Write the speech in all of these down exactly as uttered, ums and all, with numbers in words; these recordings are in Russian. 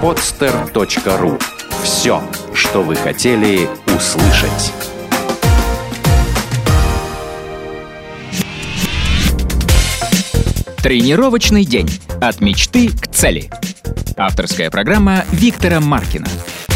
подстер точка ру. Все, что вы хотели услышать. Тренировочный день. От мечты к цели. Авторская программа Виктора Маркина.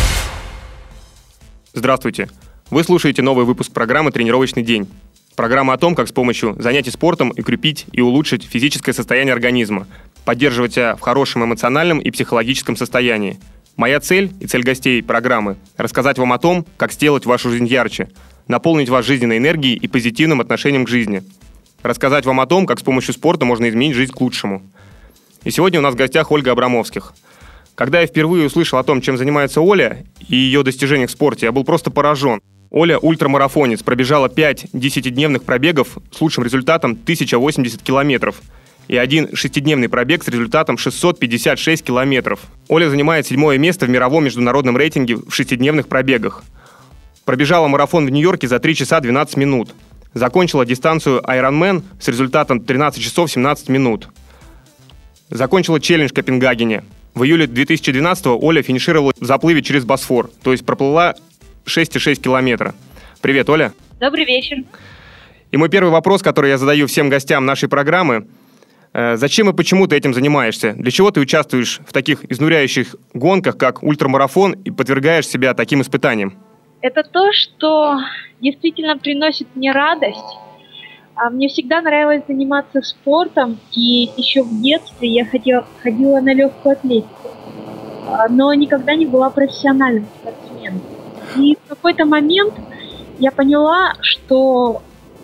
Здравствуйте. Вы слушаете новый выпуск программы «Тренировочный день». Программа о том, как с помощью занятий спортом укрепить и улучшить физическое состояние организма, поддерживать себя в хорошем эмоциональном и психологическом состоянии. Моя цель и цель гостей программы – рассказать вам о том, как сделать вашу жизнь ярче, наполнить вас жизненной энергией и позитивным отношением к жизни. Рассказать вам о том, как с помощью спорта можно изменить жизнь к лучшему. И сегодня у нас в гостях Ольга Абрамовских. Когда я впервые услышал о том, чем занимается Оля и ее достижениях в спорте, я был просто поражен. Оля ультрамарафонец, пробежала пять десятидневных пробегов с лучшим результатом тысяча восемьдесят километров и один шестидневный пробег с результатом шестьсот пятьдесят шесть километров. Оля занимает седьмое место в мировом международном рейтинге в шестидневных пробегах. Пробежала марафон в Нью-Йорке за три часа двенадцать минут. Закончила дистанцию Ironman с результатом тринадцать часов семнадцать минут. Закончила челлендж в Копенгагене. В июле две тысячи двенадцатого Оля финишировала в заплыве через Босфор, то есть проплыла шесть целых шесть десятых километра. Привет, Оля. Добрый вечер. И мой первый вопрос, который я задаю всем гостям нашей программы. Э, зачем и почему ты этим занимаешься? Для чего ты участвуешь в таких изнуряющих гонках, как ультрамарафон, и подвергаешь себя таким испытаниям? Это то, что действительно приносит мне радость. А мне всегда нравилось заниматься спортом, и еще в детстве я ходила, ходила на легкую атлетику, но никогда не была профессиональным спортсменом. И в какой-то момент я поняла, что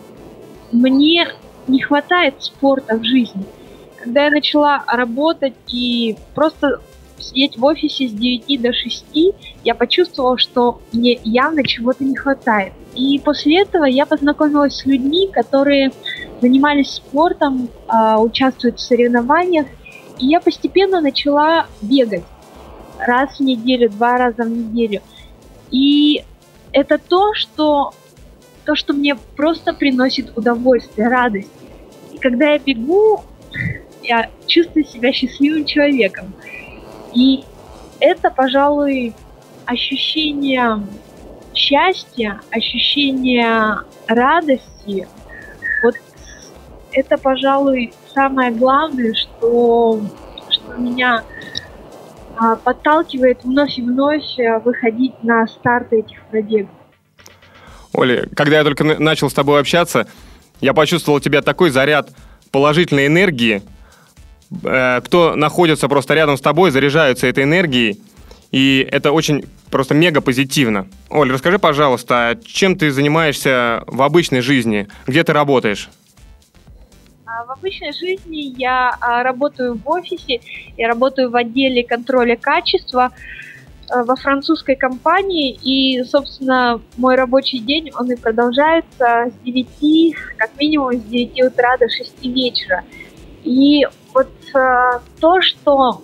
мне не хватает спорта в жизни. Когда я начала работать и просто сидеть в офисе с девяти до шести, я почувствовала, что мне явно чего-то не хватает. И после этого я познакомилась с людьми, которые занимались спортом, участвуют в соревнованиях, и я постепенно начала бегать раз в неделю, два раза в неделю. И это то, что, то, что мне просто приносит удовольствие, радость. И когда я бегу, я чувствую себя счастливым человеком. И это, пожалуй, ощущение счастья, ощущение радости, вот это, пожалуй, самое главное, что, что меня а, подталкивает вновь и вновь выходить на старты этих пробегов. Оля, когда я только начал с тобой общаться, я почувствовал у тебя такой заряд положительной энергии. Кто находится просто рядом с тобой, заряжаются этой энергией, и это очень просто мега позитивно. Оль, расскажи, пожалуйста, чем ты занимаешься в обычной жизни? Где ты работаешь? В обычной жизни я работаю в офисе, я работаю в отделе контроля качества во французской компании, и, собственно, мой рабочий день, он и продолжается с девяти, как минимум с девяти утра до шести вечера. И вот э, то, что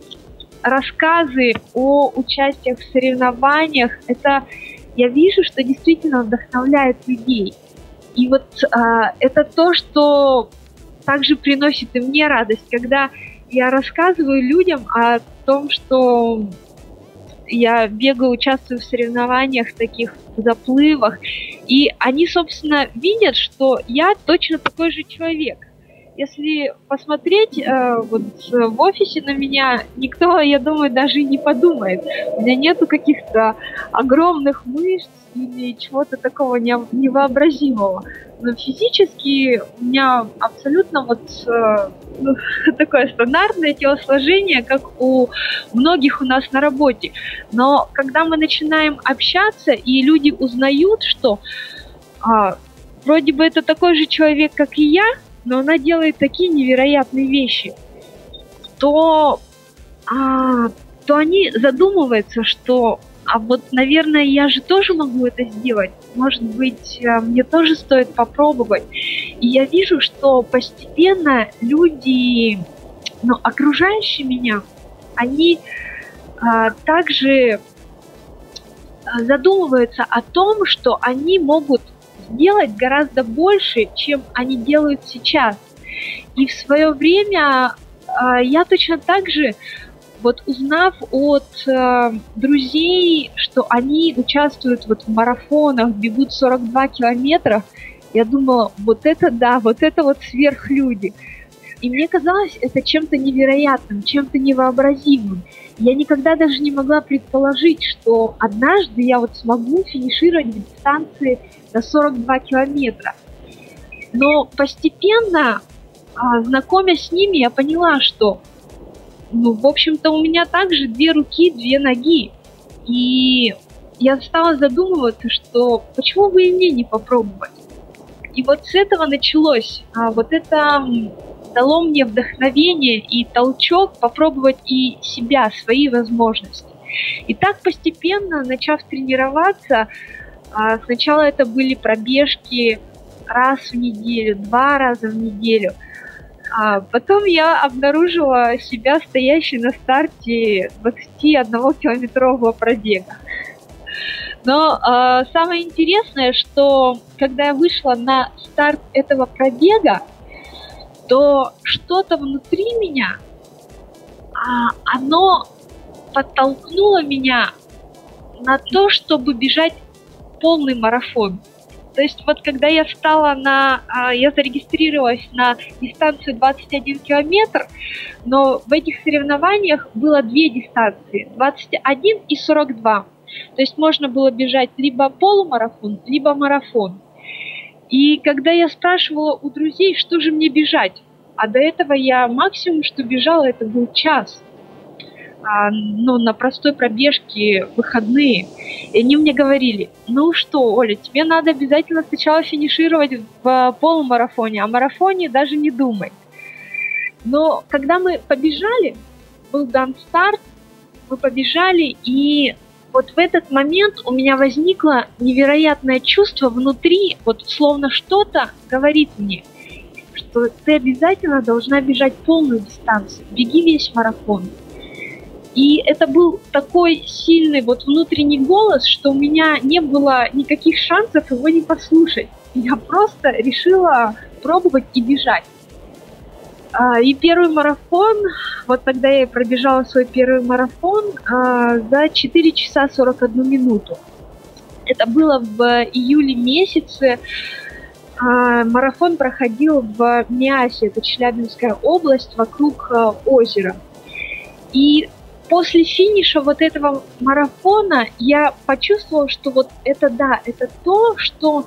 рассказы о участиях в соревнованиях, это я вижу, что действительно вдохновляет людей. И вот э, это то, что также приносит и мне радость, когда я рассказываю людям о том, что я бегаю, участвую в соревнованиях, таких заплывах, и они, собственно, видят, что я точно такой же человек. Если посмотреть э, вот в офисе на меня, никто, я думаю, даже и не подумает. У меня нету каких-то огромных мышц или чего-то такого невообразимого. Но физически у меня абсолютно вот э, ну, такое стандартное телосложение, как у многих у нас на работе. Но когда мы начинаем общаться, и люди узнают, что э, вроде бы это такой же человек, как и я, но она делает такие невероятные вещи, то, а, то они задумываются, что, а вот, наверное, я же тоже могу это сделать. Может быть, мне тоже стоит попробовать. И я вижу, что постепенно люди, ну, окружающие меня, они а, также задумываются о том, что они могут сделать гораздо больше, чем они делают сейчас. И в свое время э, я точно так же вот узнав от э, друзей, что они участвуют вот в марафонах, бегут сорок два километра, я думала, вот это да, вот это вот сверхлюди. И мне казалось это чем-то невероятным, чем-то невообразимым. Я никогда даже не могла предположить, что однажды я вот смогу финишировать в дистанции на сорок два километра. Но постепенно, знакомясь с ними, я поняла, что, ну, в общем-то, у меня также две руки, две ноги. И я стала задумываться, что почему бы и мне не попробовать. И вот с этого началось. Вот это дало мне вдохновение и толчок попробовать и себя, свои возможности. И так постепенно, начав тренироваться, сначала это были пробежки раз в неделю, два раза в неделю. А потом я обнаружила себя стоящей на старте двадцатиоднокилометрового пробега. Но э, самое интересное, что когда я вышла на старт этого пробега, то что-то внутри меня, а, оно подтолкнуло меня на то, чтобы бежать полный марафон. То есть вот когда я стала на, а, я зарегистрировалась на дистанцию двадцать один километр, но в этих соревнованиях было две дистанции, двадцать один и сорок два. То есть можно было бежать либо полумарафон, либо марафон. И когда я спрашивала у друзей, что же мне бежать, а до этого я максимум, что бежала, это был час. А, ну, на простой пробежке в выходные. И они мне говорили, ну что, Оля, тебе надо обязательно сначала финишировать в полумарафоне, а марафоне даже не думай. Но когда мы побежали, был дан старт, мы побежали, и вот в этот момент у меня возникло невероятное чувство внутри, вот словно что-то говорит мне, что ты обязательно должна бежать полную дистанцию, беги весь марафон. И это был такой сильный вот внутренний голос, что у меня не было никаких шансов его не послушать. Я просто решила пробовать и бежать. И первый марафон, вот тогда я пробежала свой первый марафон за четыре часа сорок одну минуту. Это было в июле месяце. Марафон проходил в Миасе, это Челябинская область, вокруг озера. И после финиша вот этого марафона я почувствовала, что вот это да, это то, что,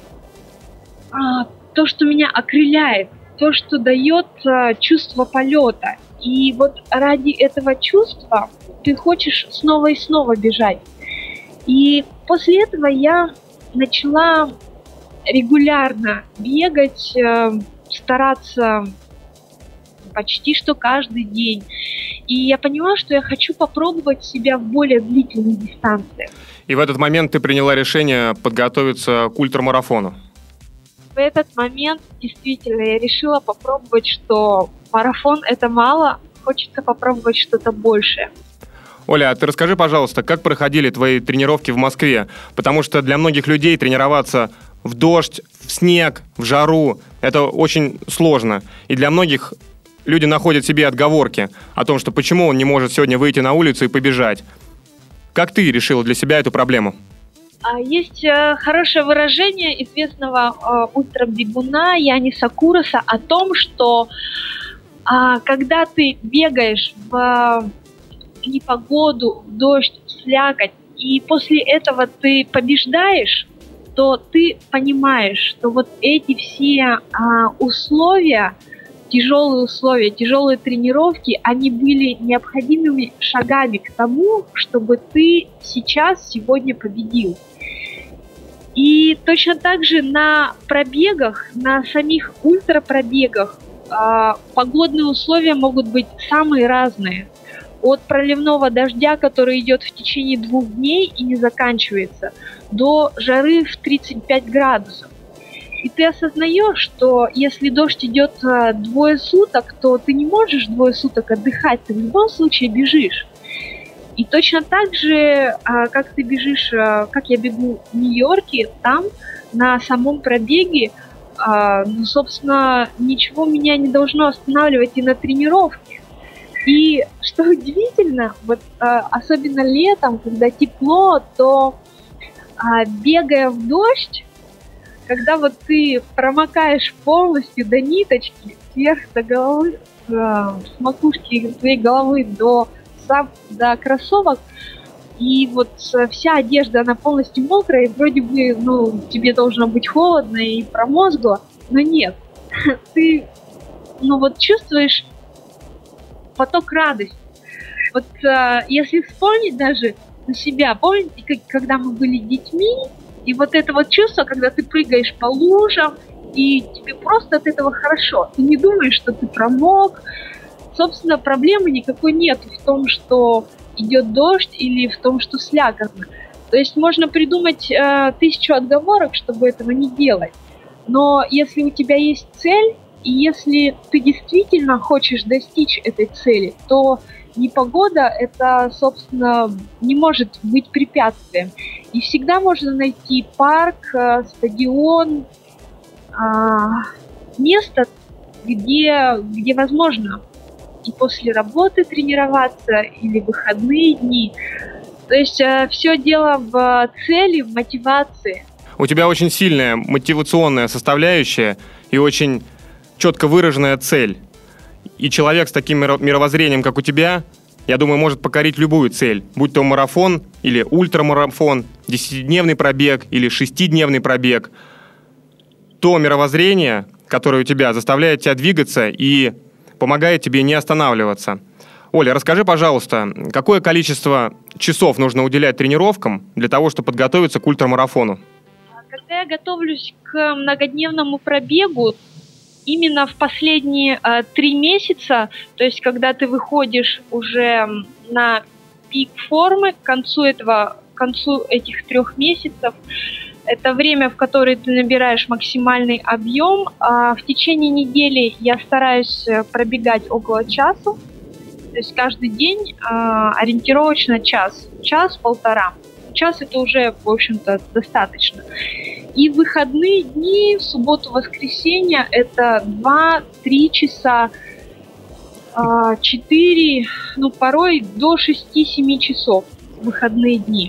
то, что меня окрыляет. То, что дает а, чувство полета. И вот ради этого чувства ты хочешь снова и снова бежать. И после этого я начала регулярно бегать, э, стараться почти что каждый день. И я поняла, что я хочу попробовать себя в более длительных дистанциях. И в этот момент ты приняла решение подготовиться к ультрамарафону. В этот момент действительно я решила попробовать, что марафон это мало, хочется попробовать что-то большее. Оля, а ты расскажи, пожалуйста, как проходили твои тренировки в Москве? Потому что для многих людей тренироваться в дождь, в снег, в жару – это очень сложно. И для многих люди находят себе отговорки о том, что почему он не может сегодня выйти на улицу и побежать. Как ты решила для себя эту проблему? Есть хорошее выражение известного ультрабегуна Яниса Кураса о том, что когда ты бегаешь в непогоду, в дождь, в слякоть, и после этого ты побеждаешь, то ты понимаешь, что вот эти все условия, тяжелые условия, тяжелые тренировки, они были необходимыми шагами к тому, чтобы ты сейчас, сегодня победил. И точно так же на пробегах, на самих ультрапробегах э, погодные условия могут быть самые разные. От проливного дождя, который идет в течение двух дней и не заканчивается, до жары в тридцать пять градусов. И ты осознаешь, что если дождь идет э, двое суток, то ты не можешь двое суток отдыхать, ты в любом случае бежишь. И точно так же, как ты бежишь, как я бегу в Нью-Йорке, там на самом пробеге, ну, собственно, ничего меня не должно останавливать и на тренировке. И что удивительно, вот особенно летом, когда тепло, то бегая в дождь, когда вот ты промокаешь полностью до ниточки, вверх до головы, с макушки твоей головы до, до кроссовок, и вот вся одежда, она полностью мокрая, и вроде бы, ну, тебе должно быть холодно и промозгло, но нет. Ты, ну, вот чувствуешь поток радости. Вот э, если вспомнить даже на себя, помните, как, когда мы были детьми, и вот это вот чувство, когда ты прыгаешь по лужам, и тебе просто от этого хорошо. Ты не думаешь, что ты промок. Собственно, проблемы никакой нет в том, что идет дождь, или в том, что слякотно. То есть можно придумать э, тысячу отговорок, чтобы этого не делать. Но если у тебя есть цель, и если ты действительно хочешь достичь этой цели, то непогода — это, собственно, не может быть препятствием. И всегда можно найти парк, стадион, место, где, где возможно и после работы тренироваться, или выходные дни. То есть все дело в цели, в мотивации. У тебя очень сильная мотивационная составляющая и очень четко выраженная цель. И человек с таким мировоззрением, как у тебя, я думаю, может покорить любую цель, будь то марафон или ультрамарафон, десятидневный пробег или шестидневный пробег. То мировоззрение, которое у тебя, заставляет тебя двигаться и помогает тебе не останавливаться. Оля, расскажи, пожалуйста, какое количество часов нужно уделять тренировкам для того, чтобы подготовиться к ультрамарафону? Когда я готовлюсь к многодневному пробегу, именно в последние э, три месяца, то есть когда ты выходишь уже на пик формы, к концу этого, к концу этих трех месяцев, это время, в которое ты набираешь максимальный объем. А в течение недели я стараюсь пробегать около часу, то есть каждый день э, ориентировочно час, час-полтора. Час это уже, в общем-то, достаточно. И в выходные дни, в субботу-воскресенье, это два-три часа, четыре, ну, порой до шести-семи часов в выходные дни.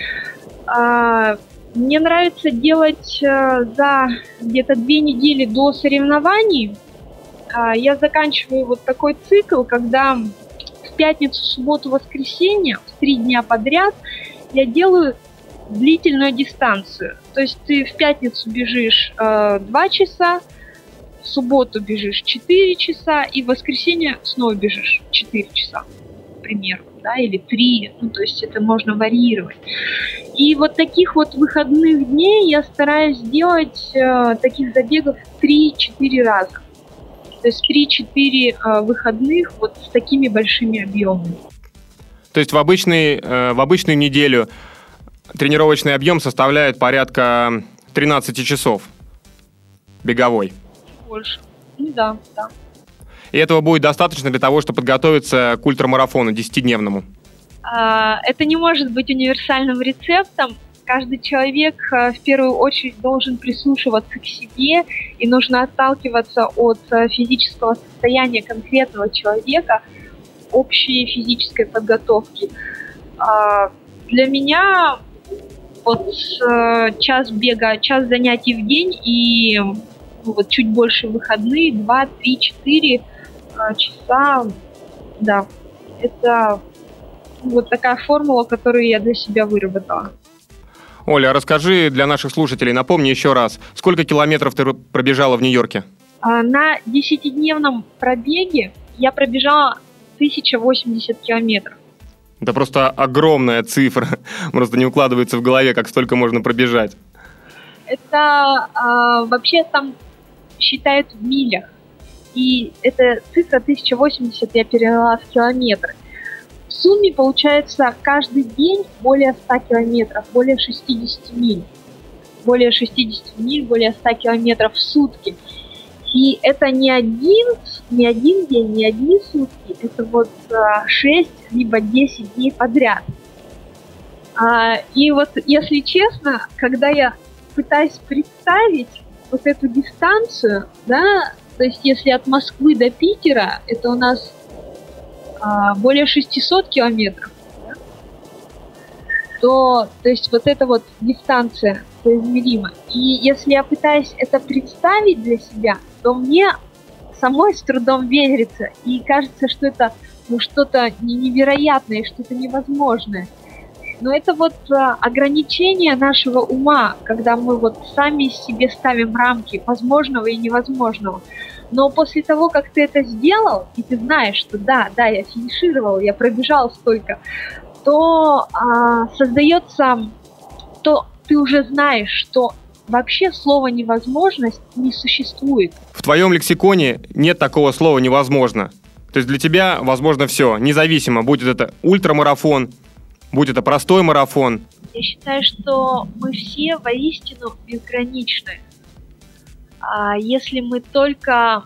Мне нравится делать за где-то две недели до соревнований. Я заканчиваю вот такой цикл, когда в пятницу, субботу, воскресенье, в три дня подряд я делаю длительную дистанцию. То есть ты в пятницу бежишь э, два часа, в субботу бежишь четыре часа, и в воскресенье снова бежишь четыре часа, к примеру, да, или три, ну, то есть это можно варьировать. И вот таких вот выходных дней я стараюсь делать э, таких забегов три-четыре раза. То есть три-четыре э, выходных вот с такими большими объемами. То есть в, обычный, э, в обычную неделю тренировочный объем составляет порядка тринадцать часов беговой. Больше. Ну да, да. И этого будет достаточно для того, чтобы подготовиться к ультрамарафону десятидневному? А, это не может быть универсальным рецептом. Каждый человек в первую очередь должен прислушиваться к себе, и нужно отталкиваться от физического состояния конкретного человека, общей физической подготовки. А, для меня вот час бега, час занятий в день и ну, вот чуть больше выходные, два, три, четыре часа, да, это вот такая формула, которую я для себя выработала. Оля, расскажи для наших слушателей, напомни еще раз, сколько километров ты пробежала в Нью-Йорке? На десятидневном пробеге я пробежала тысяча восемьдесят километров. Это просто огромная цифра, просто не укладывается в голове, как столько можно пробежать. Это а, вообще там считают в милях, и эта цифра тысяча восемьдесят я перевела в километры. В сумме получается каждый день более ста километров, более шестьдесят миль. Более шестьдесят миль, более ста километров в сутки. И это не один, не один день, не одни сутки, это вот шесть либо десять дней подряд. А, и вот, если честно, когда я пытаюсь представить вот эту дистанцию, да, то есть если от Москвы до Питера, это у нас а, более шестисот километров, да, то, то есть вот эта вот дистанция соизмерима. И если я пытаюсь это представить для себя, то мне самой с трудом верится, и кажется, что это ну, что-то невероятное, что-то невозможное. Но это вот а, ограничение нашего ума, когда мы вот сами себе ставим рамки возможного и невозможного. Но после того, как ты это сделал, и ты знаешь, что да, да, я финишировал, я пробежал столько, то а, создается, то ты уже знаешь, что вообще слова «невозможность» не существует. В твоем лексиконе нет такого слова «невозможно». То есть для тебя возможно все, независимо, будет это ультрамарафон, будь это простой марафон. Я считаю, что мы все воистину безграничны. А если мы только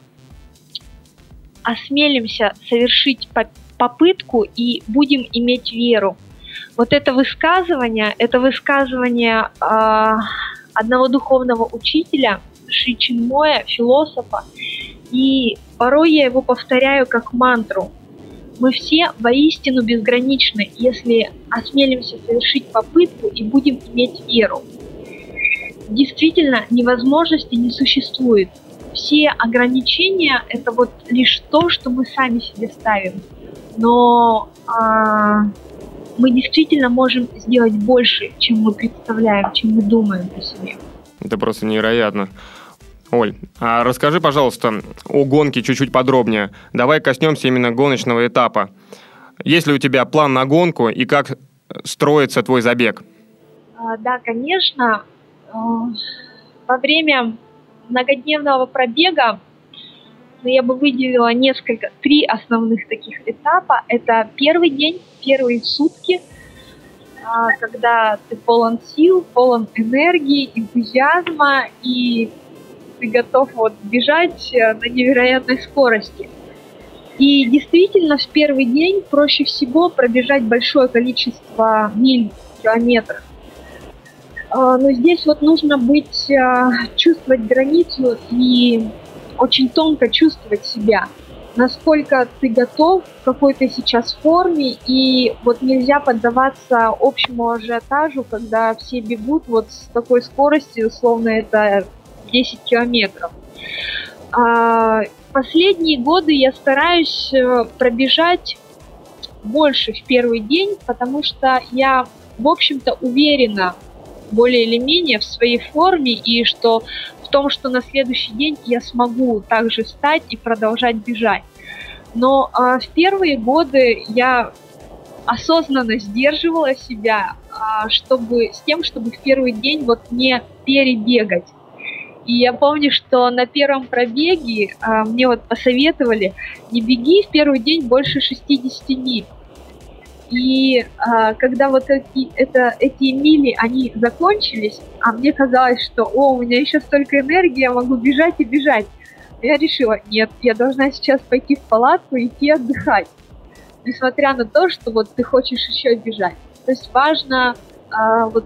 осмелимся совершить попытку и будем иметь веру. Вот это высказывание, это высказывание э, одного духовного учителя, Ши Чинмоя, философа, и порой я его повторяю как мантру. Мы все воистину безграничны, если осмелимся совершить попытку и будем иметь веру. Действительно, невозможности не существует. Все ограничения – это вот лишь то, что мы сами себе ставим. Но а, мы действительно можем сделать больше, чем мы представляем, чем мы думаем о себе. Это просто невероятно. Оль, а расскажи, пожалуйста, о гонке чуть-чуть подробнее. Давай коснемся именно гоночного этапа. Есть ли у тебя план на гонку и как строится твой забег? А, да, конечно. Во время многодневного пробега я бы выделила несколько, три основных таких этапа. Это первый день, первые сутки, когда ты полон сил, полон энергии, энтузиазма, и ты готов вот бежать на невероятной скорости. И действительно, в первый день проще всего пробежать большое количество миль, километров. Но здесь вот нужно быть, чувствовать границу и очень тонко чувствовать себя, насколько ты готов, в какой ты сейчас форме, и вот нельзя поддаваться общему ажиотажу, когда все бегут вот с такой скоростью, словно это десять километров. Последние годы я стараюсь пробежать больше в первый день, потому что я, в общем-то, уверена более или менее в своей форме, и что в том, что на следующий день я смогу также встать и продолжать бежать. Но а, в первые годы я осознанно сдерживала себя, а, чтобы, с тем, чтобы в первый день вот не перебегать. И я помню, что на первом пробеге а, мне вот посоветовали: не беги в первый день больше шестидесяти миль. И а, когда вот эти, это, эти мили, они закончились, а мне казалось, что о, у меня еще столько энергии, я могу бежать и бежать. Я решила, нет, я должна сейчас пойти в палатку и идти отдыхать, несмотря на то, что вот ты хочешь еще бежать. То есть важно а, вот,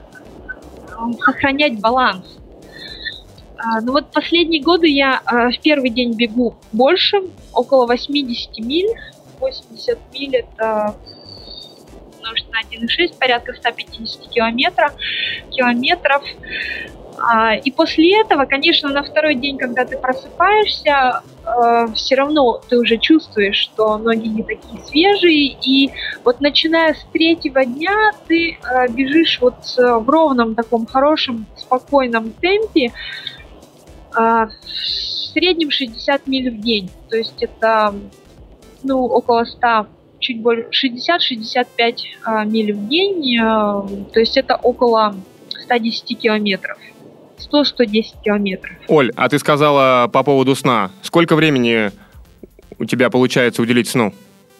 сохранять баланс. А, ну вот последние годы я а, в первый день бегу больше, около восемьдесят миль. восемьдесят миль это умножить на один и шесть, порядка сто пятьдесят километров. километров. А, и после этого, конечно, на второй день, когда ты просыпаешься, э, все равно ты уже чувствуешь, что ноги не такие свежие. И вот начиная с третьего дня ты э, бежишь вот в ровном таком хорошем, спокойном темпе, э, в среднем шестьдесят миль в день. То есть это ну, около ста, чуть больше, шестьдесят-шестьдесят пять э, миль в день, э, то есть это около ста десяти километров, сто - сто десять километров. Оль, а ты сказала по поводу сна. Сколько времени у тебя получается уделить сну?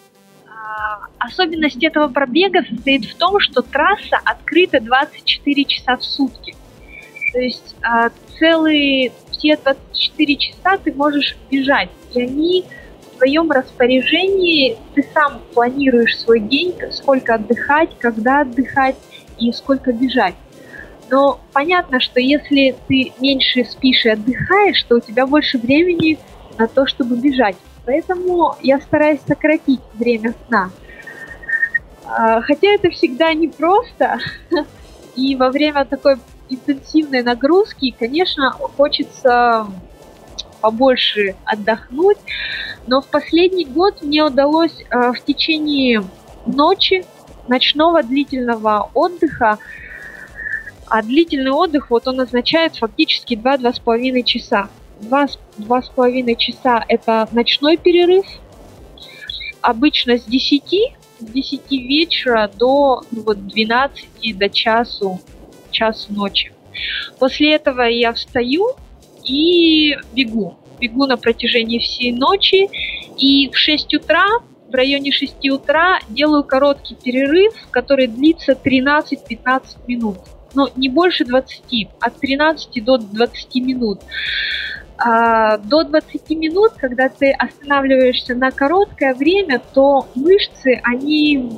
А, особенность этого пробега состоит в том, что трасса открыта двадцать четыре часа в сутки. То есть а, целые все двадцать четыре часа ты можешь бежать, и они в твоем распоряжении, ты сам планируешь свой день, сколько отдыхать, когда отдыхать и сколько бежать. Но понятно, что если ты меньше спишь и отдыхаешь, то у тебя больше времени на то, чтобы бежать. Поэтому я стараюсь сократить время сна. Хотя это всегда непросто, и во время такой интенсивной нагрузки, конечно, хочется побольше отдохнуть, но в последний год мне удалось в течение ночи, ночного длительного отдыха, а длительный отдых, вот он означает фактически два-два с половиной часа. Два с половиной часа это ночной перерыв, обычно с десяти, с десяти вечера до ну, вот, двенадцати, до часу, часу ночи. После этого я встаю и бегу. Бегу на протяжении всей ночи, и в шесть утра, в районе шести утра делаю короткий перерыв, который длится тринадцать-пятнадцать минут. Ну, не больше двадцати, от тринадцати до двадцати минут. А, до двадцати минут, когда ты останавливаешься на короткое время, то мышцы, они,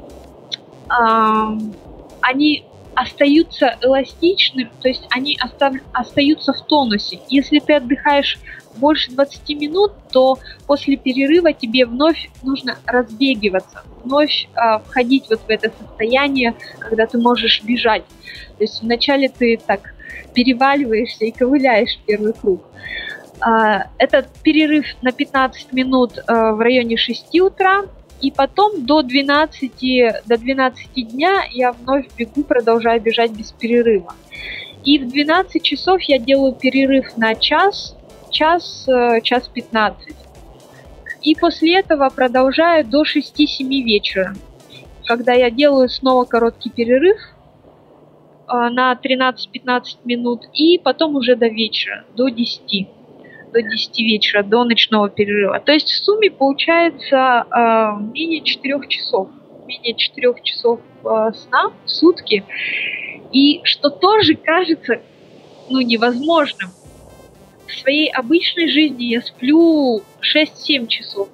а, они остаются эластичными, то есть они остав, остаются в тонусе. Если ты отдыхаешь больше двадцати минут, то после перерыва тебе вновь нужно разбегиваться, вновь а, входить вот в это состояние, когда ты можешь бежать. То есть вначале ты так переваливаешься и ковыляешь первый круг. Этот перерыв на пятнадцать минут в районе шести утра, и потом до двенадцати, до двенадцати дня я вновь бегу, продолжаю бежать без перерыва. И в двенадцать часов я делаю перерыв на час, час, час пятнадцать. И после этого продолжаю до шести-семи вечера, когда я делаю снова короткий перерыв на тринадцать-пятнадцать минут, и потом уже до вечера, до десяти, до десяти вечера, до ночного перерыва. То есть в сумме получается э, менее четырех часов, менее четырех часов э, сна в сутки, и что тоже кажется, ну, невозможным. В своей обычной жизни я сплю шесть-семь часов.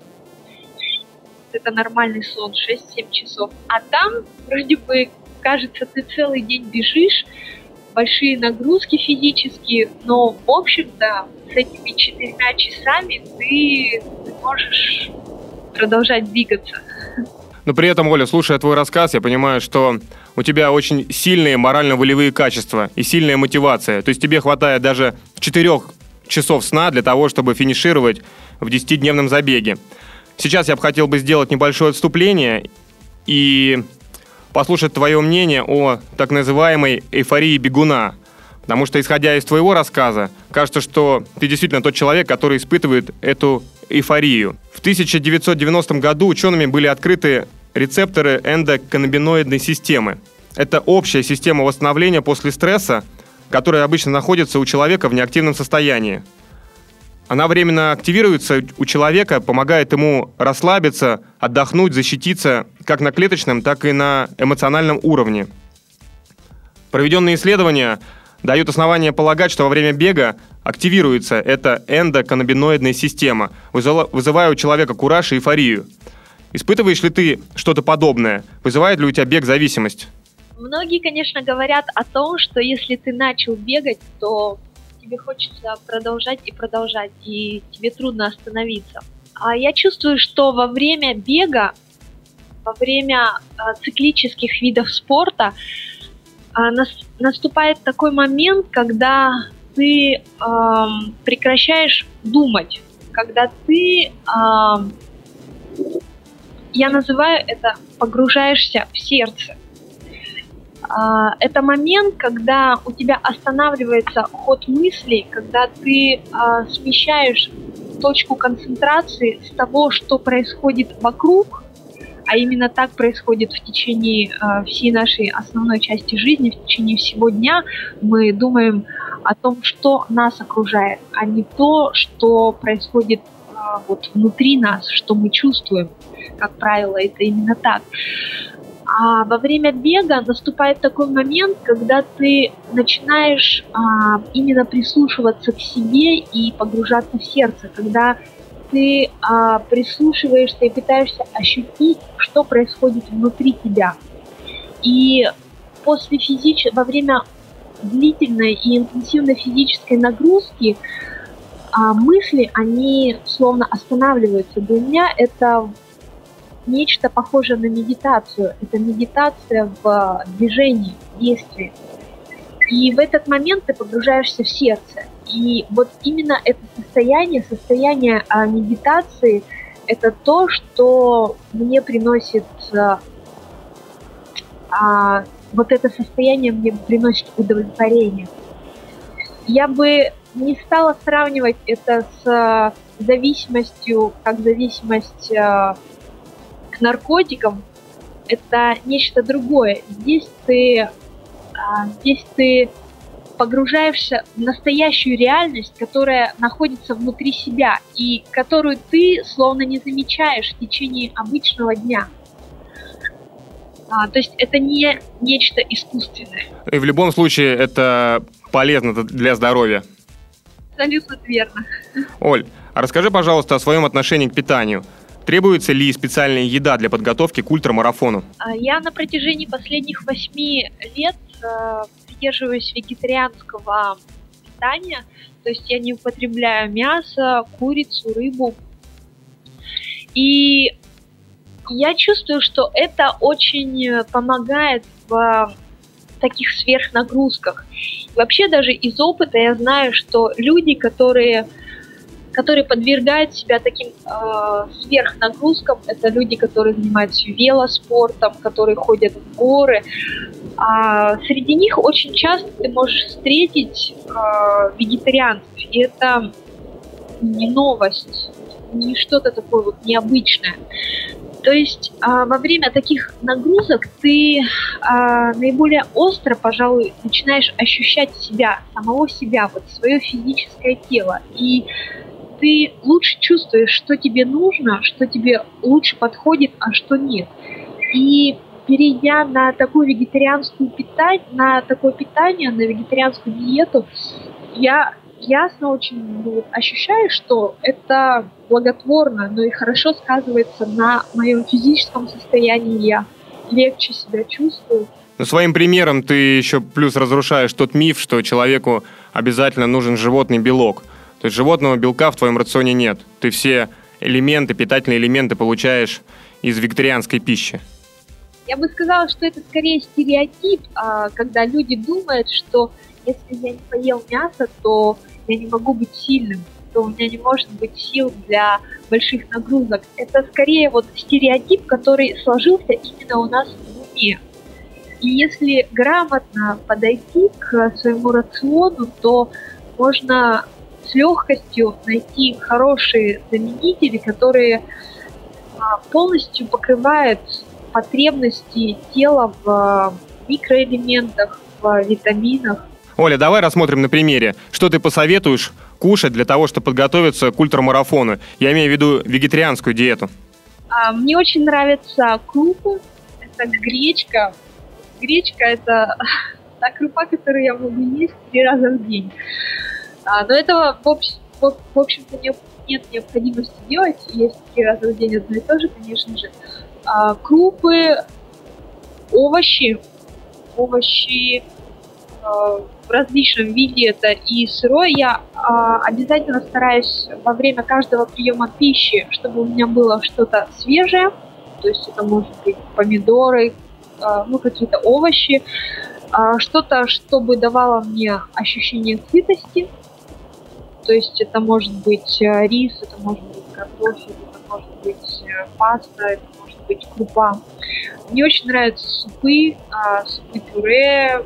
Это нормальный сон, шесть-семь часов. А там вроде бы кажется, ты целый день бежишь, большие нагрузки физические, но, в общем-то, с этими четырьмя часами ты, ты можешь продолжать двигаться. Но при этом, Оля, слушая твой рассказ, я понимаю, что у тебя очень сильные морально-волевые качества и сильная мотивация. То есть тебе хватает даже четырех часов сна для того, чтобы финишировать в десятидневном забеге. Сейчас я бы хотел бы сделать небольшое отступление и послушать твое мнение о так называемой эйфории бегуна. Потому что, исходя из твоего рассказа, кажется, что ты действительно тот человек, который испытывает эту эйфорию. В тысяча девятьсот девяностом году учеными были открыты рецепторы эндоканнабиноидной системы. Это общая система восстановления после стресса, которая обычно находится у человека в неактивном состоянии. Она временно активируется у человека, помогает ему расслабиться, отдохнуть, защититься как на клеточном, так и на эмоциональном уровне. Проведенные исследования дают основания полагать, что во время бега активируется эта эндоканнабиноидная система, вызывая у человека кураж и эйфорию. Испытываешь ли ты что-то подобное? Вызывает ли у тебя бег зависимость? Многие, конечно, говорят о том, что если ты начал бегать, то тебе хочется продолжать и продолжать, и тебе трудно остановиться. А я чувствую, что во время бега, во время а, циклических видов спорта а, нас, наступает такой момент, когда ты а, прекращаешь думать, когда ты, а, я называю это, погружаешься в сердце. Это момент, когда у тебя останавливается ход мыслей, когда ты а, смещаешь точку концентрации с того, что происходит вокруг, а именно так происходит в течение а, всей нашей основной части жизни, в течение всего дня. Мы думаем о том, что нас окружает, а не то, что происходит а, вот внутри нас, что мы чувствуем. Как правило, это именно так. А во время бега наступает такой момент, когда ты начинаешь а, именно прислушиваться к себе и погружаться в сердце, когда ты а, прислушиваешься и пытаешься ощутить, что происходит внутри тебя. И после физич... во время длительной и интенсивной физической нагрузки а мысли, они словно останавливаются. Для меня это нечто похожее на медитацию. Это медитация в движении, в действии. И в этот момент ты погружаешься в сердце. И вот именно это состояние, состояние а, медитации, это то, что мне приносит, а, а, вот это состояние мне приносит удовлетворение. Я бы не стала сравнивать это с а, зависимостью, как зависимость а, к наркотикам. Это нечто другое. Здесь ты, а, здесь ты погружаешься в настоящую реальность, которая находится внутри себя и которую ты словно не замечаешь в течение обычного дня. А, то есть это не нечто искусственное. И в любом случае это полезно для здоровья. Абсолютно верно. Оль, а расскажи, пожалуйста, о своем отношении к питанию. Требуется ли специальная еда для подготовки к ультрамарафону? Я на протяжении последних восьми лет э, придерживаюсь вегетарианского питания, то есть я не употребляю мясо, курицу, рыбу. И я чувствую, что это очень помогает в таких сверхнагрузках. Вообще даже из опыта я знаю, что люди, которые которые подвергают себя таким э, сверхнагрузкам. Это люди, которые занимаются велоспортом, которые ходят в горы. А среди них очень часто ты можешь встретить э, вегетарианцев. И это не новость, не что-то такое вот необычное. То есть э, во время таких нагрузок ты э, наиболее остро, пожалуй, начинаешь ощущать себя, самого себя, вот свое физическое тело. И ты лучше чувствуешь, что тебе нужно, что тебе лучше подходит, а что нет. И перейдя на такую вегетарианскую питание, на такое питание, на вегетарианскую диету, я ясно очень ну, ощущаю, что это благотворно, но и хорошо сказывается на моем физическом состоянии. Я легче себя чувствую. Но своим примером ты еще плюс разрушаешь тот миф, что человеку обязательно нужен животный белок. То есть животного белка в твоем рационе нет. Ты все элементы, питательные элементы получаешь из вегетарианской пищи. Я бы сказала, что это скорее стереотип, когда люди думают, что если я не поел мясо, то я не могу быть сильным, то у меня не может быть сил для больших нагрузок. Это скорее вот стереотип, который сложился именно у нас в уме. И если грамотно подойти к своему рациону, то можно с легкостью найти хорошие заменители, которые полностью покрывают потребности тела в микроэлементах, в витаминах. Оля, давай рассмотрим на примере, что ты посоветуешь кушать для того, чтобы подготовиться к ультрамарафону. Я имею в виду вегетарианскую диету. Мне очень нравятся крупы. Это гречка. Гречка – это та крупа, которую я могу есть три раза в день. А, но этого, в, общ, в, в общем-то, не, нет необходимости делать. Есть три раза в день одно и то же, конечно же. А, крупы, овощи. Овощи а, в различном виде. Это и сырое. Я а, обязательно стараюсь во время каждого приема пищи, чтобы у меня было что-то свежее. То есть это может быть помидоры, а, ну, какие-то овощи. А, что-то, чтобы давало мне ощущение сытости. То есть это может быть рис, это может быть картофель, это может быть паста, это может быть крупа. Мне очень нравятся супы, супы-пюре,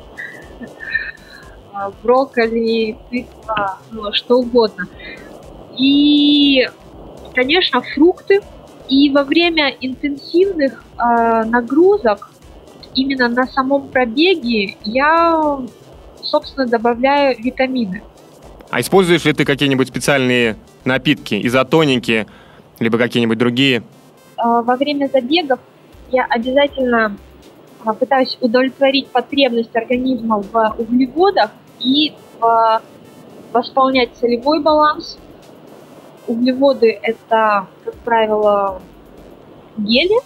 брокколи, тыква, ну, что угодно. И, конечно, фрукты. И во время интенсивных нагрузок, именно на самом пробеге, я, собственно, добавляю витамины. А используешь ли ты какие-нибудь специальные напитки, изотоники, либо какие-нибудь другие? Во время забегов я обязательно пытаюсь удовлетворить потребность организма в углеводах и в восполнять солевой баланс. Углеводы – это, как правило, гели,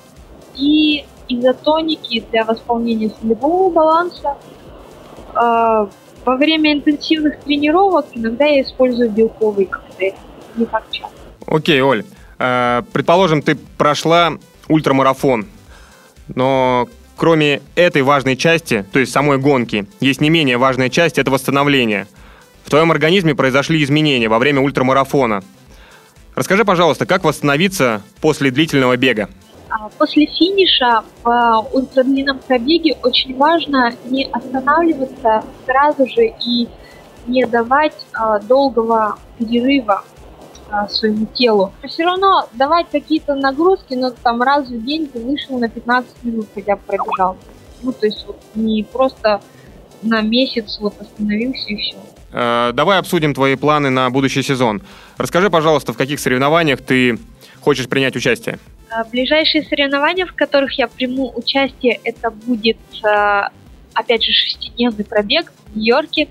и изотоники для восполнения солевого баланса. Во время интенсивных тренировок иногда я использую белковый коктейль. Не так часто. Окей, Оль. Э, предположим, ты прошла ультрамарафон, но кроме этой важной части, то есть самой гонки, есть не менее важная часть — это восстановление. В твоем организме произошли изменения во время ультрамарафона. Расскажи, пожалуйста, как восстановиться после длительного бега? После финиша в ультрадлинном пробеге очень важно не останавливаться сразу же и не давать а, долгого перерыва а, своему телу. Все равно давать какие-то нагрузки, но там раз в день ты вышел на пятнадцать минут хотя бы пробежал. Ну, то есть вот не просто на месяц вот остановился и все. Э, давай обсудим твои планы на будущий сезон. Расскажи, пожалуйста, в каких соревнованиях ты хочешь принять участие? Ближайшие соревнования, в которых я приму участие, это будет, опять же, шестидневный пробег в Нью-Йорке.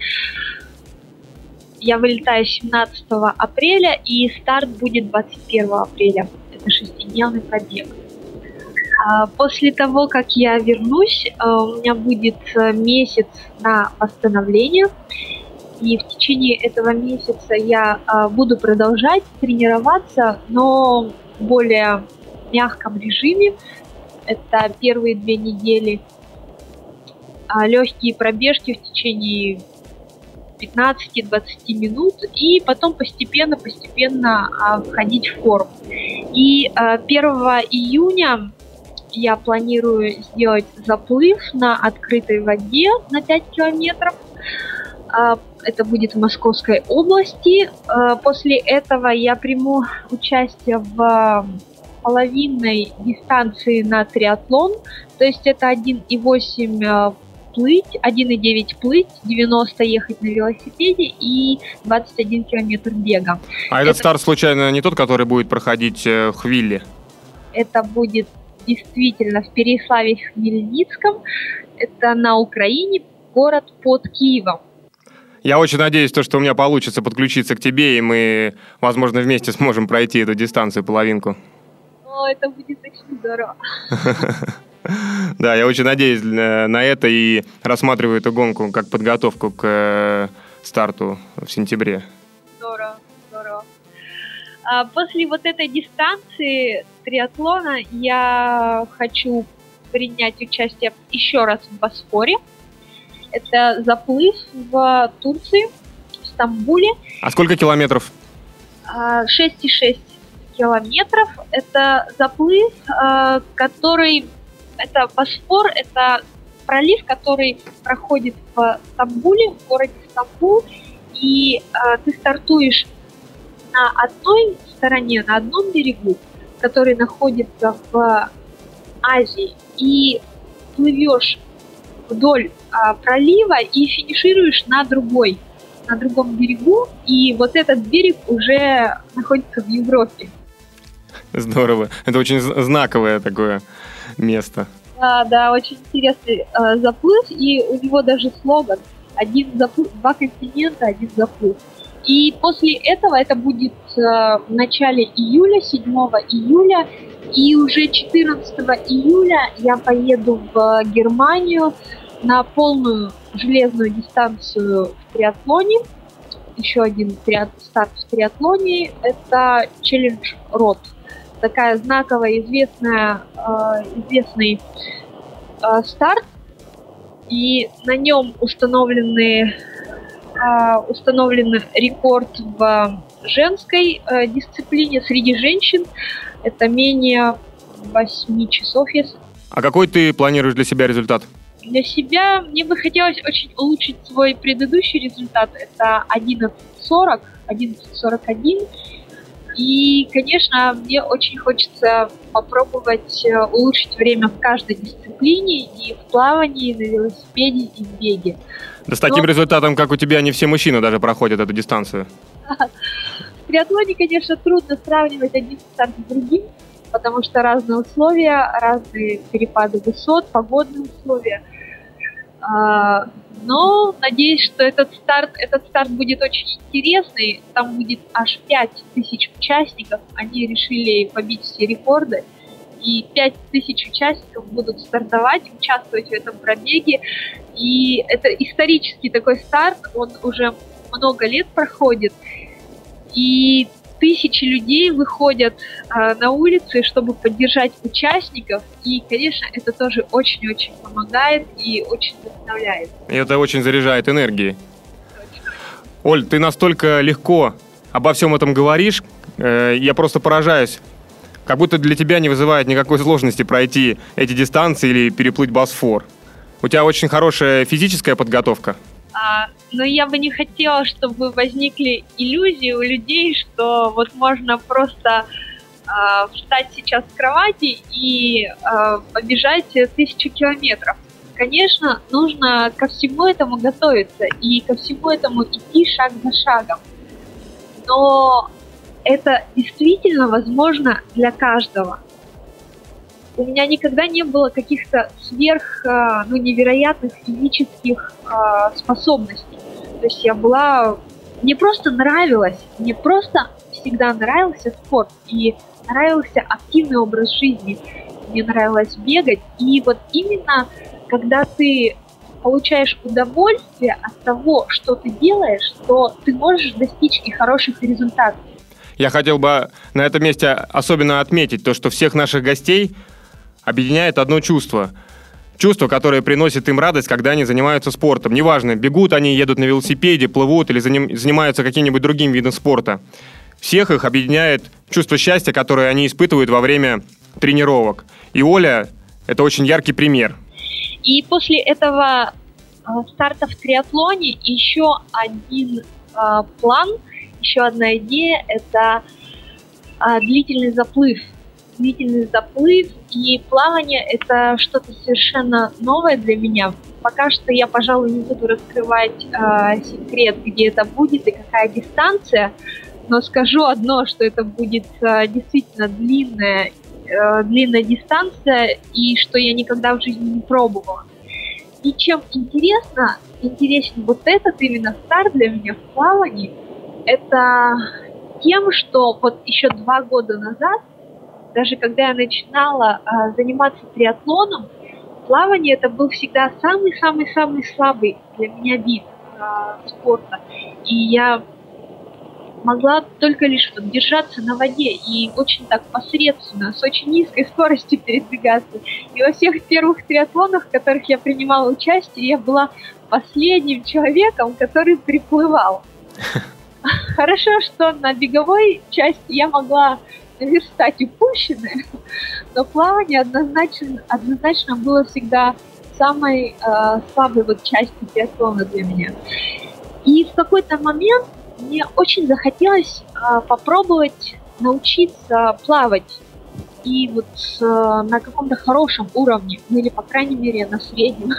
Я вылетаю семнадцатого апреля, и старт будет двадцать первого апреля. Это шестидневный пробег. После того, как я вернусь, у меня будет месяц на восстановление. И в течение этого месяца я буду продолжать тренироваться, но в более мягком режиме. Это первые две недели легкие пробежки в течение пятнадцать-двадцать минут, и потом постепенно-постепенно входить в форму. И первого июня я планирую сделать заплыв на открытой воде на пять километров. Это будет в Московской области. После этого я приму участие в половинной дистанции на триатлон. То есть это один и восемь плыть, один и девять плыть, девяносто ехать на велосипеде и двадцать один километр бега. А этот это... старт, случайно, не тот, который будет проходить в Хвилле? Это будет действительно в Переяславе-Хмельницком. Это на Украине, город под Киевом. Я очень надеюсь, что у меня получится подключиться к тебе, и мы, возможно, вместе сможем пройти эту дистанцию, половинку. О, это будет очень здорово. Да, я очень надеюсь на это и рассматриваю эту гонку как подготовку к старту в сентябре. Здорово, здорово. После вот этой дистанции триатлона я хочу принять участие еще раз в Босфоре. Это заплыв в Турции, в Стамбуле. А сколько километров? шесть и шесть километров. Это заплыв, который... Это Босфор, это пролив, который проходит в Стамбуле, в городе Стамбул. И ты стартуешь на одной стороне, на одном берегу, который находится в Азии, и плывешь вдоль а, пролива и финишируешь на другой, на другом берегу, и вот этот берег уже находится в Европе. Здорово. Это очень знаковое такое место. Да, да, очень интересный э, заплыв, и у него даже слоган «Один заплыв, два континента, один заплыв». И после этого, это будет э, в начале июля, седьмого июля, и уже четырнадцатого июля я поеду в Германию на полную железную дистанцию в триатлоне. Еще один триат... старт в триатлоне – это Challenge Road. Такая знаковая, известная, э, известный э, старт. И на нем установлены, э, установлен рекорд в женской э, дисциплине среди женщин. Это менее восемь часов. Если... А какой ты планируешь для себя результат? Для себя мне бы хотелось очень улучшить свой предыдущий результат. Это одиннадцать сорок, одиннадцать сорок один. И, конечно, мне очень хочется попробовать улучшить время в каждой дисциплине, и в плавании, и на велосипеде, и в беге. Да с таким Но... результатом, как у тебя, не все мужчины даже проходят эту дистанцию. В триатлоне, конечно, трудно сравнивать один старт с другим, потому что разные условия, разные перепады высот, погодные условия. Но надеюсь, что этот старт, этот старт будет очень интересный. Там будет аж пять тысяч участников. Они решили побить все рекорды. И пять тысяч участников будут стартовать, участвовать в этом пробеге. И это исторический такой старт, он уже много лет проходит. И тысячи людей выходят э, на улицы, чтобы поддержать участников. И, конечно, это тоже очень-очень помогает и очень вдохновляет. И это очень заряжает энергией. Оль, ты настолько легко обо всем этом говоришь, э, я просто поражаюсь. Как будто для тебя не вызывает никакой сложности пройти эти дистанции или переплыть Босфор. У тебя очень хорошая физическая подготовка. А, но я бы не хотела, чтобы возникли иллюзии у людей, что вот можно просто а, встать сейчас с кровати и а, побежать тысячу километров. Конечно, нужно ко всему этому готовиться и ко всему этому идти шаг за шагом. Но это действительно возможно для каждого. У меня никогда не было каких-то сверх, ну, невероятных физических э, способностей. То есть я была... Мне просто нравилось, мне просто всегда нравился спорт и нравился активный образ жизни. Мне нравилось бегать. И вот именно когда ты получаешь удовольствие от того, что ты делаешь, то ты можешь достичь и хороших результатов. Я хотел бы на этом месте особенно отметить то, что всех наших гостей объединяет одно чувство. Чувство, которое приносит им радость, когда они занимаются спортом. Неважно, бегут они, едут на велосипеде, плывут или заним, занимаются каким-нибудь другим видом спорта. Всех их объединяет чувство счастья, которое они испытывают во время тренировок. И Оля – это очень яркий пример. И после этого э, старта в триатлоне еще один э, план, еще одна идея – это э, длительный заплыв. Длительный заплыв и плавание – это что-то совершенно новое для меня. Пока что я, пожалуй, не буду раскрывать э, секрет, где это будет и какая дистанция, но скажу одно, что это будет э, действительно длинная, э, длинная дистанция и что я никогда в жизни не пробовала. И чем интересно, интересен вот этот именно старт для меня в плавании, это тем, что вот еще два года назад, даже когда я начинала а, заниматься триатлоном, плавание это был всегда самый-самый-самый слабый для меня вид а, спорта. И я могла только лишь вот держаться на воде и очень так посредственно, с очень низкой скоростью передвигаться. И во всех первых триатлонах, в которых я принимала участие, я была последним человеком, который приплывал. Хорошо, что на беговой части я могла наверстать упущенное, но плавание однозначно, однозначно было всегда самой э, слабой вот частью триатлона для меня. И в какой-то момент мне очень захотелось э, попробовать научиться плавать и вот э, на каком-то хорошем уровне, ну или по крайней мере на среднем.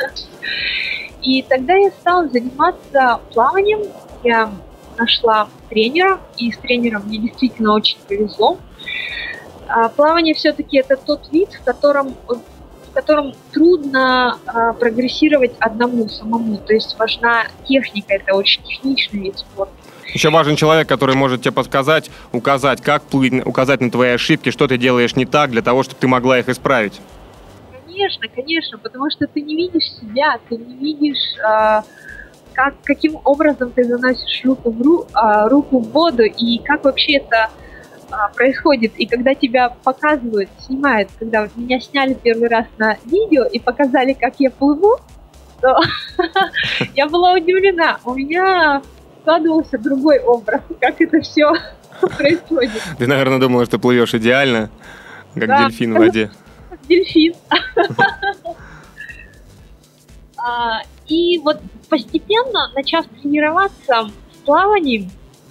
И тогда я стала заниматься плаванием. Я нашла тренера, и с тренером мне действительно очень повезло. А, плавание все-таки это тот вид, в котором, в котором трудно а, прогрессировать одному самому. То есть важна техника, это очень техничный вид спорта. Еще важен человек, который может тебе подсказать, указать, как плыть, указать на твои ошибки, что ты делаешь не так, для того, чтобы ты могла их исправить. Конечно, конечно, потому что ты не видишь себя, ты не видишь... А, Как, каким образом ты заносишь руку в, ру, а, руку в воду и как вообще это а, происходит. И когда тебя показывают, снимают, когда вот меня сняли первый раз на видео и показали, как я плыву, то я была удивлена. У меня складывался другой образ, как это все происходит. Ты, наверное, думала, что плывешь идеально, как да, дельфин в воде. Как дельфин. И вот постепенно, начав тренироваться в плавании,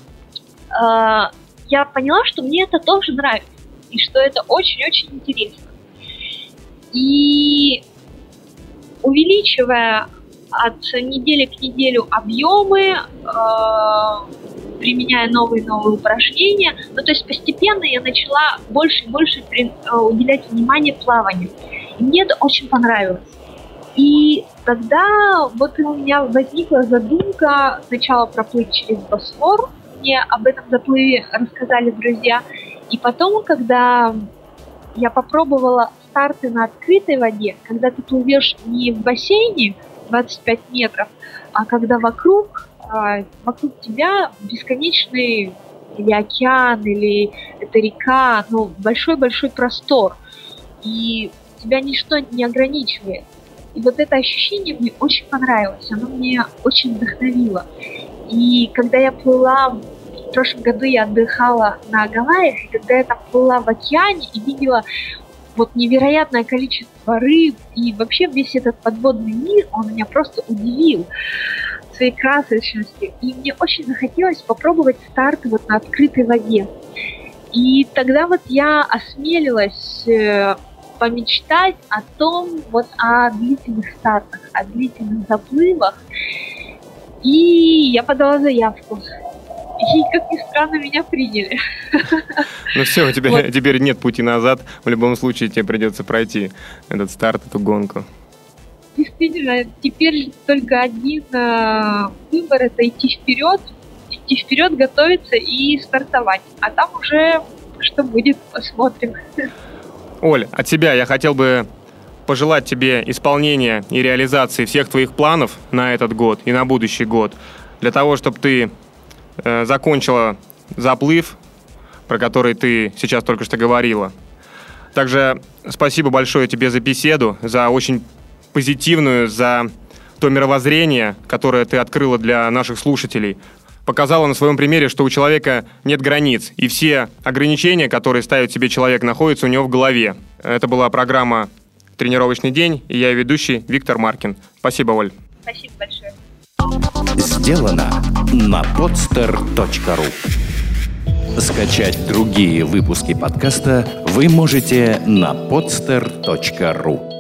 я поняла, что мне это тоже нравится, и что это очень-очень интересно. И увеличивая от недели к неделе объемы, применяя новые-новые упражнения, ну то есть постепенно я начала больше и больше уделять внимание плаванию. И мне это очень понравилось. И тогда вот у меня возникла задумка сначала проплыть через Босфор. Мне об этом заплыве рассказали друзья. И потом, когда я попробовала старты на открытой воде, когда ты плывешь не в бассейне, двадцать пять метров, а когда вокруг, вокруг тебя бесконечный или океан, или это река, ну, большой-большой простор, и тебя ничто не ограничивает. И вот это ощущение мне очень понравилось, оно мне очень вдохновило. И когда я плыла, в прошлом году я отдыхала на Гавайях, и когда я там плыла в океане и видела вот невероятное количество рыб, и вообще весь этот подводный мир, он меня просто удивил своей красочностью. И мне очень захотелось попробовать старт вот на открытой воде. И тогда вот я осмелилась помечтать о том, вот о длительных стартах, о длительных заплывах. И я подала заявку. И, как ни странно, меня приняли. Ну все, у тебя вот. Теперь нет пути назад. В любом случае тебе придется пройти этот старт, эту гонку. Действительно, теперь только один э, выбор – это идти вперед, идти вперед, готовиться и стартовать. А там уже что будет, посмотрим. Оль, от себя я хотел бы пожелать тебе исполнения и реализации всех твоих планов на этот год и на будущий год, для того, чтобы ты э, закончила заплыв, про который ты сейчас только что говорила. Также спасибо большое тебе за беседу, за очень позитивную, за то мировоззрение, которое ты открыла для наших слушателей. Показала на своем примере, что у человека нет границ, и все ограничения, которые ставит себе человек, находятся у него в голове. Это была программа «Тренировочный день», и я ведущий Виктор Маркин. Спасибо, Оль. Спасибо большое. Сделано на подстер точка ру. Скачать другие выпуски подкаста вы можете на подстер точка ру.